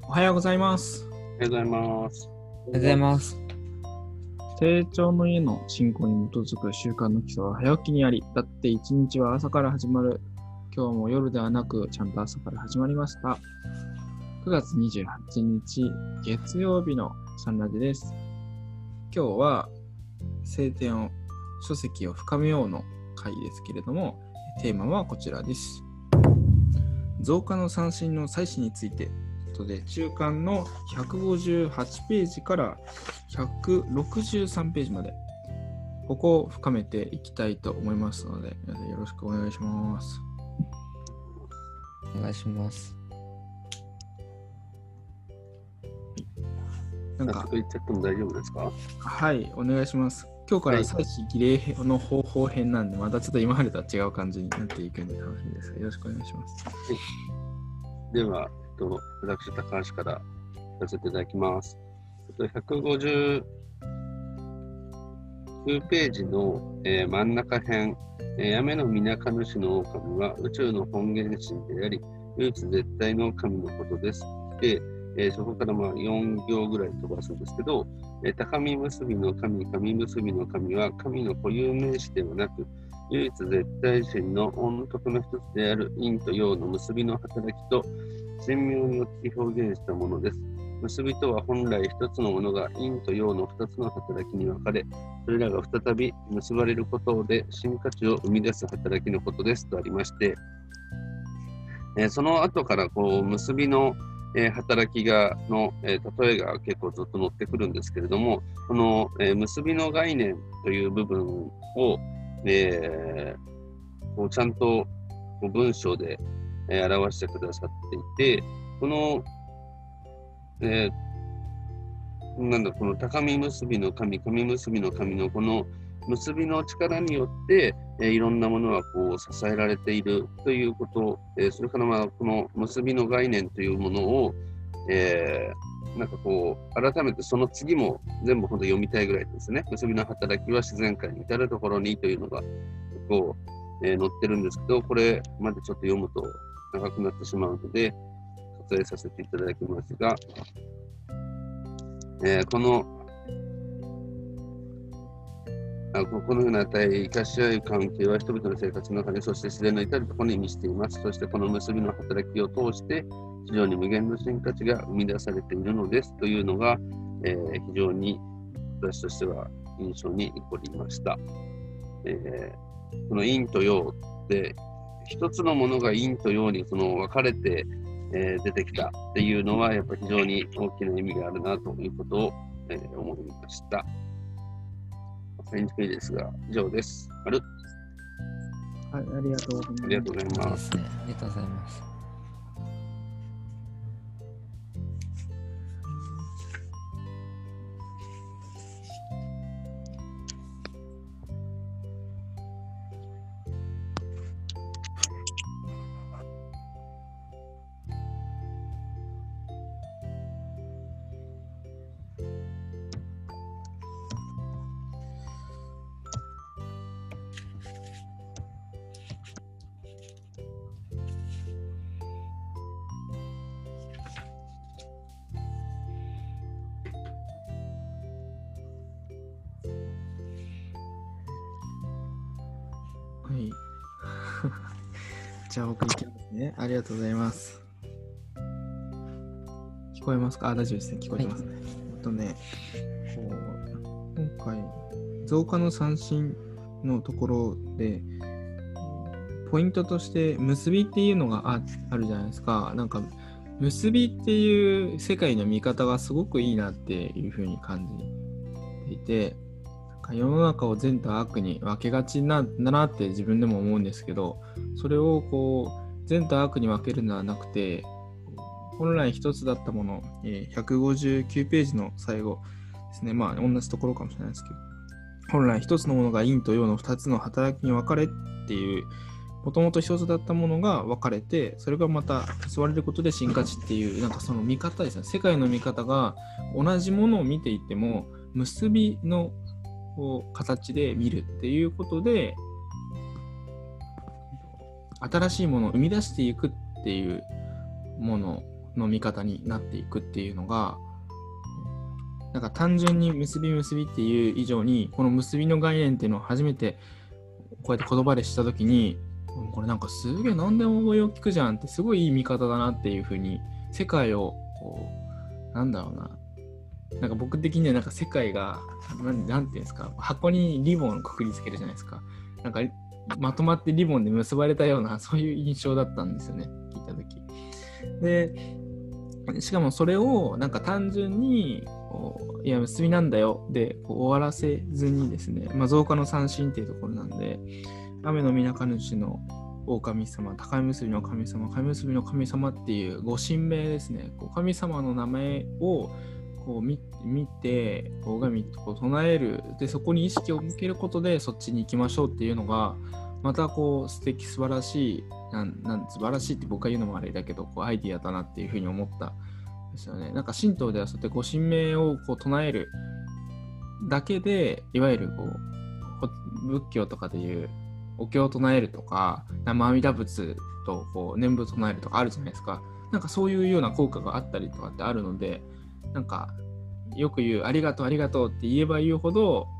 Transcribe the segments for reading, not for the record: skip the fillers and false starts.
おはようございます。 おはようございます。 おはようございます。 成長の家の信仰に基づく習慣の基礎は早起きにあり、だって一日は朝から始まる。今日も夜ではなく、ちゃんと朝から始まりました。9月28日、月曜日のサンラジです。今日は、聖典を、書籍を深めようの回ですけれども、テーマはこちらです。増加の三振の祭祀について、で中間の158ページから163ページまでここを深めていきたいと思いますので、皆さんよろしくお願いします。 お願いします。 なんか言っちゃっても大丈夫ですか？ はい、お願いします。今日から祭祀儀礼の方法編なんで、またちょっと今までとは違う感じになっていくんで楽しみですが、よろしくお願いします。 はい、では、私、高橋からさせていただきます。159ページの、真ん中辺、雨の皆神主の狼は宇宙の本源神であり、唯一絶対の神のことです。で、そこから4行ぐらい飛ばすんですけど、高み結びの神、神結びの神は神の固有名詞ではなく、唯一絶対神の恩徳の一つである陰と陽の結びの働きと神妙によって表現したものです。結びとは本来一つのものが陰と陽の二つの働きに分かれ、それらが再び結ばれることで新価値を生み出す働きのことですとありまして、その後から結びの働きの例えが結構ずっと載ってくるんですけれども、この結びの概念という部分をちゃんと文章で表してくださっていて、この、この高み結びの神、神結びの神のこの結びの力によって、いろんなものが支えられているということ、それからこの結びの概念というものを、改めてその次も全部ほんと読みたいぐらいですね。結びの働きは自然界に至るところにというのが載ってるんですけど、これまでちょっと読むと長くなってしまうので割愛させていただきますが、このような生かし合う関係は人々の生活の中で、そして自然の至るところに満ちています。そしてこの結びの働きを通して非常に無限の新価値が生み出されているのですというのが、非常に私としては印象に残りました。この陰と陽で一つのものが陰と陽に分かれて、出てきたっていうのはやっぱり非常に大きな意味があるなということを、思いました。短いですが以上です。 はい、ありがとうございます。 ありがとうございます。 ありがとうございます。 はい。じゃあ僕いきますね。ありがとうございます。聞こえますか？大丈夫ですね。聞こえてますね。今回、増加の三振のところで、ポイントとして結びっていうのがあるじゃないですか。なんか結びっていう世界の見方がすごくいいなっていうふうに感じていて、世の中を善と悪に分けがちなんだなって自分でも思うんですけど、それを善と悪に分けるのはなくて、本来一つだったもの、159ページの最後ですね。同じところかもしれないですけど、本来一つのものが陰と陽の二つの働きに分かれっていう、もともと一つだったものが分かれて、それがまた結ばれることで新価値っていう、その見方ですね。世界の見方が同じものを見ていても、結びの形で見るっていうことで、新しいものを生み出していくっていうものの見方になっていくっていうのが、なんか単純に結びっていう以上に、この結びの概念っていうのを初めてこうやって言葉でしたときに、これなんかすげえ何でも応用聞くじゃんって、すごいいい見方だなっていうふうに、世界をこうなんだろうな、なんか僕的にはなんか世界がなんていうんですか、箱にリボンをくくりつけるじゃないですか。なんかまとまってリボンで結ばれたような、そういう印象だったんですよね、聞いたとき。で、しかもそれをなんか単純にいや結びなんだよで終わらせずにですね、増加の三神っていうところなんで、雨の皆主の狼様、高い結びの神様、神結びの神様っていうご神名ですね。神様の名前をこう見て、拝みと唱える。で、そこに意識を向けることでそっちに行きましょうっていうのが、またこう素敵、素晴らしい、素晴らしいって僕が言うのもあれだけど、こうアイディアだなっていうふうに思ったんですよね。なんか神道ではそうやってご神名をこう唱えるだけで、いわゆるこう仏教とかでいうお経を唱えるとか、生阿弥陀仏とこう念仏唱えるとかあるじゃないですか。なんかそういうような効果があったりとかってあるので、なんかよく言うありがとうありがとうって言えば言うほど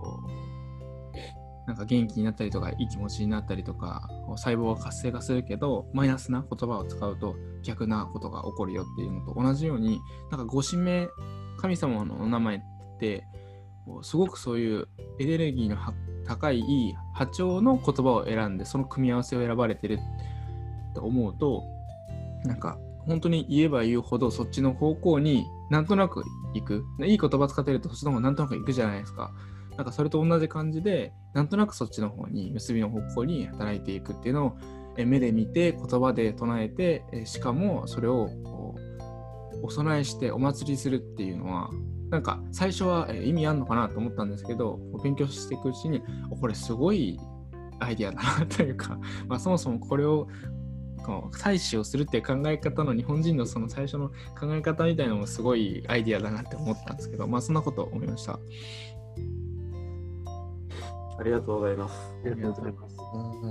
なんか元気になったりとかいい気持ちになったりとか細胞は活性化するけど、マイナスな言葉を使うと逆なことが起こるよっていうのと同じように、なんかご神名、神様のお名前ってすごくそういうエネルギーの高いいい波長の言葉を選んで、その組み合わせを選ばれてると思うと、なんか本当に言えば言うほどそっちの方向になんとなく行く。いい言葉使ってるとそっちの方がなんとなく行くじゃないですか。なんかそれと同じ感じで、なんとなくそっちの方に結びの方向に働いていくっていうのを目で見て、言葉で唱えて、しかもそれをお供えしてお祭りするっていうのは、なんか最初は意味あんのかなと思ったんですけど、勉強していくうちにこれすごいアイディアだなというか、そもそもこれを祭祀をするっていう考え方の日本人のその最初の考え方みたいなのもすごいアイディアだなって思ったんですけど、そんなこと思いました。 ありがとうございます。 ありがとうございます。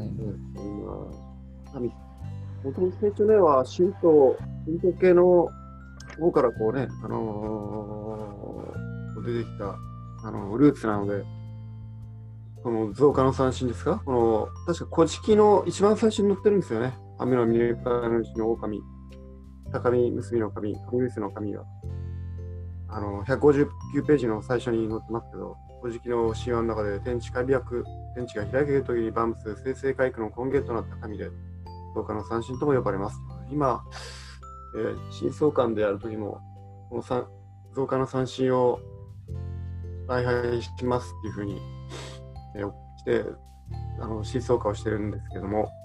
もともと成長では神道系の方からこうね、出てきたルーツなので、この増加の三神ですか、確か古事記の一番最初に載ってるんですよね。雨の御主の狼、高見結びの神、神結びの神は159ページの最初に載ってますけど、古事記の神話の中で天地が開けるときに万物生成回復の根源となった神で、増加の三神とも呼ばれます。今、新創刊でやるときも、この増加の三神を礼拝しますっていうふうに、して新創刊をしてるんですけども、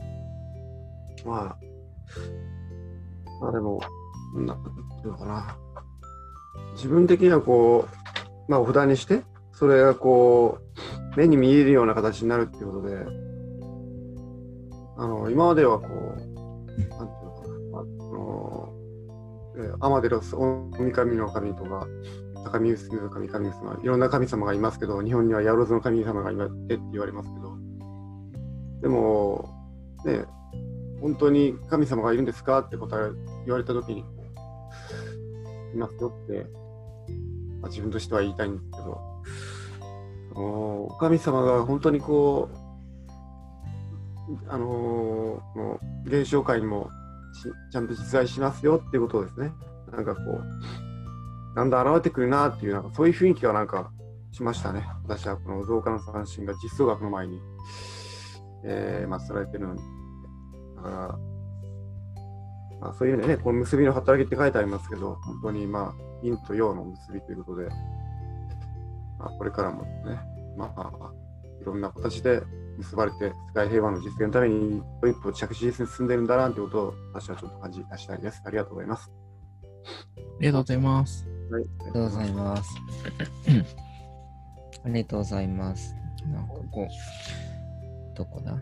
でも、なんていうのかな、自分的にはこう、お札にして、それがこう目に見えるような形になるっていうことで、今まではこう、なんていうのかな、アマデロス、大神の神とか、高見結びの神、神様、いろんな神様がいますけど、日本にはヤロズの神様がいてって言われますけど、でも、ね、本当に神様がいるんですかって答え言われたときに、いますよって、自分としては言いたいんですけど、神様が本当にこう、現象界にもちゃんと実在しますよっていうことをですね、なんかこう、だんだん現れてくるなっていう、なんかそういう雰囲気がなんかしましたね。私はこの増加の三神が実相学の前に、祀られてるのに。だから、そういうね、この結びの働きって書いてありますけど、本当に陰と陽の結びということで、これからもね、いろんな形で結ばれて、世界平和の実現のために一歩着実に進んでいるんだなということを私はちょっと感じ出したいです。ありがとうございます。 ありがとうございます。 はい、ありがとうございます。ありがとうございます。どこだ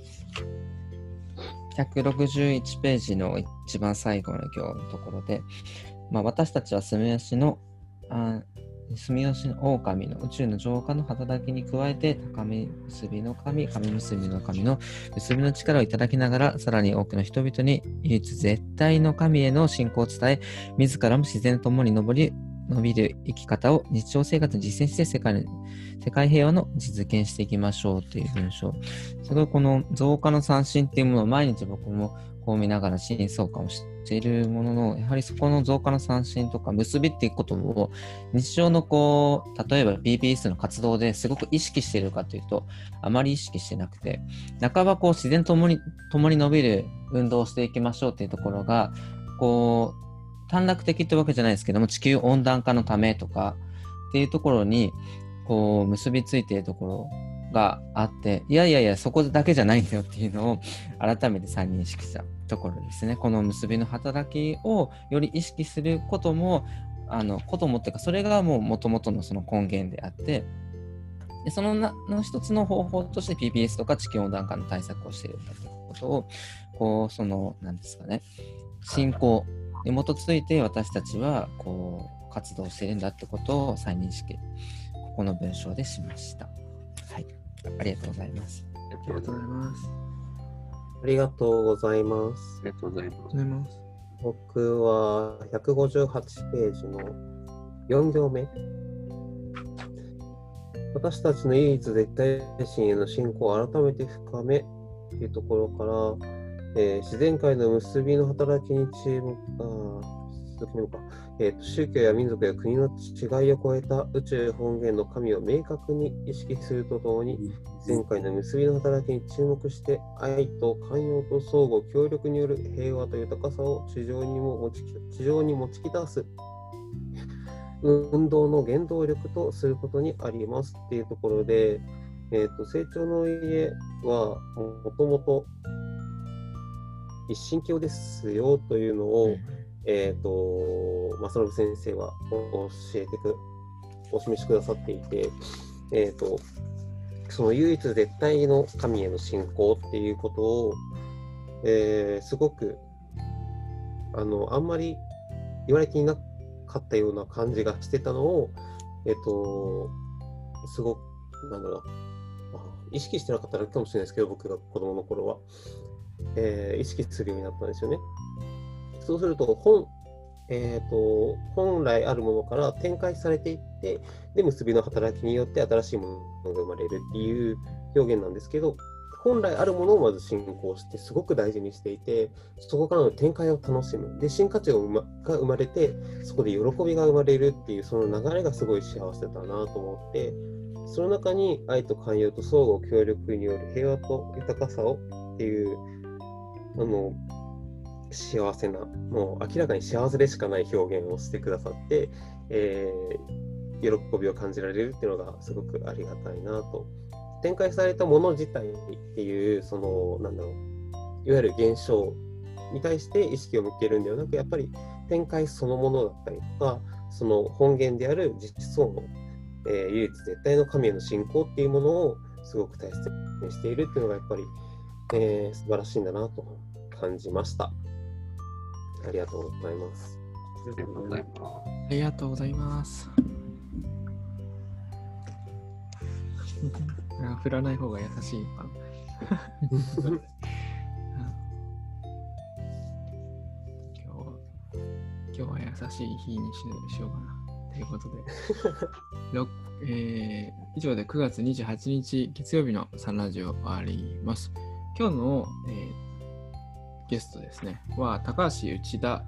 ?161 ページの一番最後の行のところで、私たちは住吉の住吉の狼の宇宙の浄化の働きに加えて、高め結びの神、神結びの神の結びの力をいただきながら、さらに多くの人々に唯一絶対の神への信仰を伝え、自らも自然と共に伸びる生き方を日常生活に実践して世界平和の実現していきましょうという文章。すごいこの増加の三振っていうものを毎日僕もこう見ながら真相感をしているものの、やはりそこの増加の三振とか結びっていうことを日常のこう、例えば BPS の活動ですごく意識しているかというと、あまり意識してなくて、半ばこう自然と共に伸びる運動をしていきましょうっていうところが、こう、短絡的ってわけじゃないですけども、地球温暖化のためとかっていうところにこう結びついているところがあって、いやそこだけじゃないんだよっていうのを改めて再認識したところですね。この結びの働きをより意識することもっていうか、それがもう元々のその根源であって、でその一つの方法として PPS とか地球温暖化の対策をしているんだということを、こうなんですかね、信仰に基づいて私たちはこう活動しているんだってことを再認識、ここの文章でしました。はい、ありがとうございます。 ありがとうございます。 ありがとうございます。 ありがとうございます。 僕は158ページの4行目。私たちの唯一絶対心への信仰を改めて深めというところから、自然界の結びの働きに注目、宗教や民族や国の違いを超えた宇宙本源の神を明確に意識するとともに、自然界の結びの働きに注目して、愛と寛容と相互協力による平和と豊かさを地上に持ち出す運動の原動力とすることにありますっていうところで、成長の家はもともと一神教ですよというのを、正信先生はお示しくださっていて、その唯一絶対の神への信仰っていうことを、すごくあんまり言われていなかったような感じがしてたのを、すごく意識してなかったらかもしれないですけど、僕が子供の頃は、意識するようになったんですよね。そうすると本来あるものから展開されていって、で結びの働きによって新しいものが生まれるっていう表現なんですけど、本来あるものをまず信仰してすごく大事にしていて、そこからの展開を楽しむ、で新価値が生まれて、そこで喜びが生まれるっていう、その流れがすごい幸せだなと思って、その中に愛と寛容と相互協力による平和と豊かさをっていう幸せな、もう明らかに幸せでしかない表現をしてくださって、喜びを感じられるっていうのがすごくありがたいなと。展開されたもの自体っていう、いわゆる現象に対して意識を向けるんではなく、やっぱり展開そのものだったりとか、その本源である実相の、唯一絶対の神への信仰っていうものをすごく大切にしているっていうのがやっぱり、素晴らしいんだなと感じました。ありがとうございます。 ありがとうございます。 ありがとうございます。振らない方が優しいかな。今日は優しい日にしようかなということで、以上で9月28日月曜日のサンラジオ終わります。今日の、ゲストですねは高橋内田、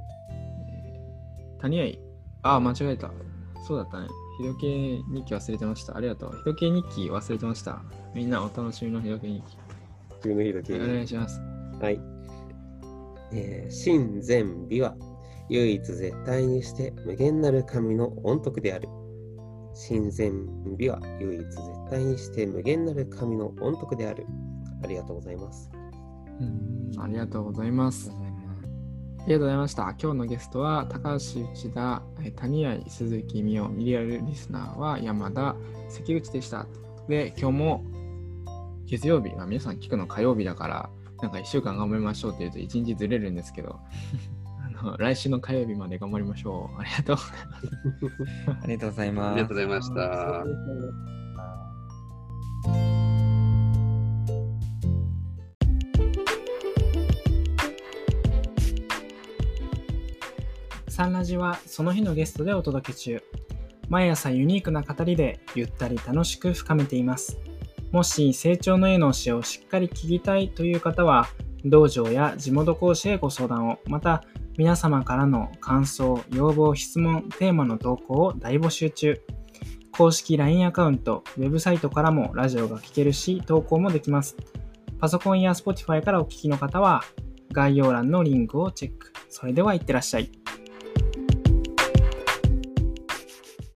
谷合、間違えた。そうだったね。日時計日記忘れてました。ありがとう。日時計日記忘れてました。みんなお楽しみの日時計日記。 君の日時計。 お願いします。 はい。真善美は唯一絶対にして無限なる神の恩徳である。真善美は唯一絶対にして無限なる神の恩徳である。ありがとうございます。 ありがとうございます。ありがとうございました。今日のゲストは高橋内田、谷合、鈴木美代、ミリアルリスナーは山田、関口でした。で、今日も月曜日、皆さん聞くの火曜日だから、なんか1週間頑張りましょうって言うと1日ずれるんですけど、 来週の火曜日まで頑張りましょう。ありがとう。 ありがとうございますありがとう。ございました。 サンラジはその日のゲストでお届け中。毎朝ユニークな語りでゆったり楽しく深めています。もし成長の絵の教えをしっかり聞きたいという方は、道場や地元講師へご相談を、また皆様からの感想、要望、質問、テーマの投稿を大募集中。公式 LINE アカウント、ウェブサイトからもラジオが聞けるし、投稿もできます。パソコンや Spotify からお聞きの方は、概要欄のリンクをチェック。それではいってらっしゃい。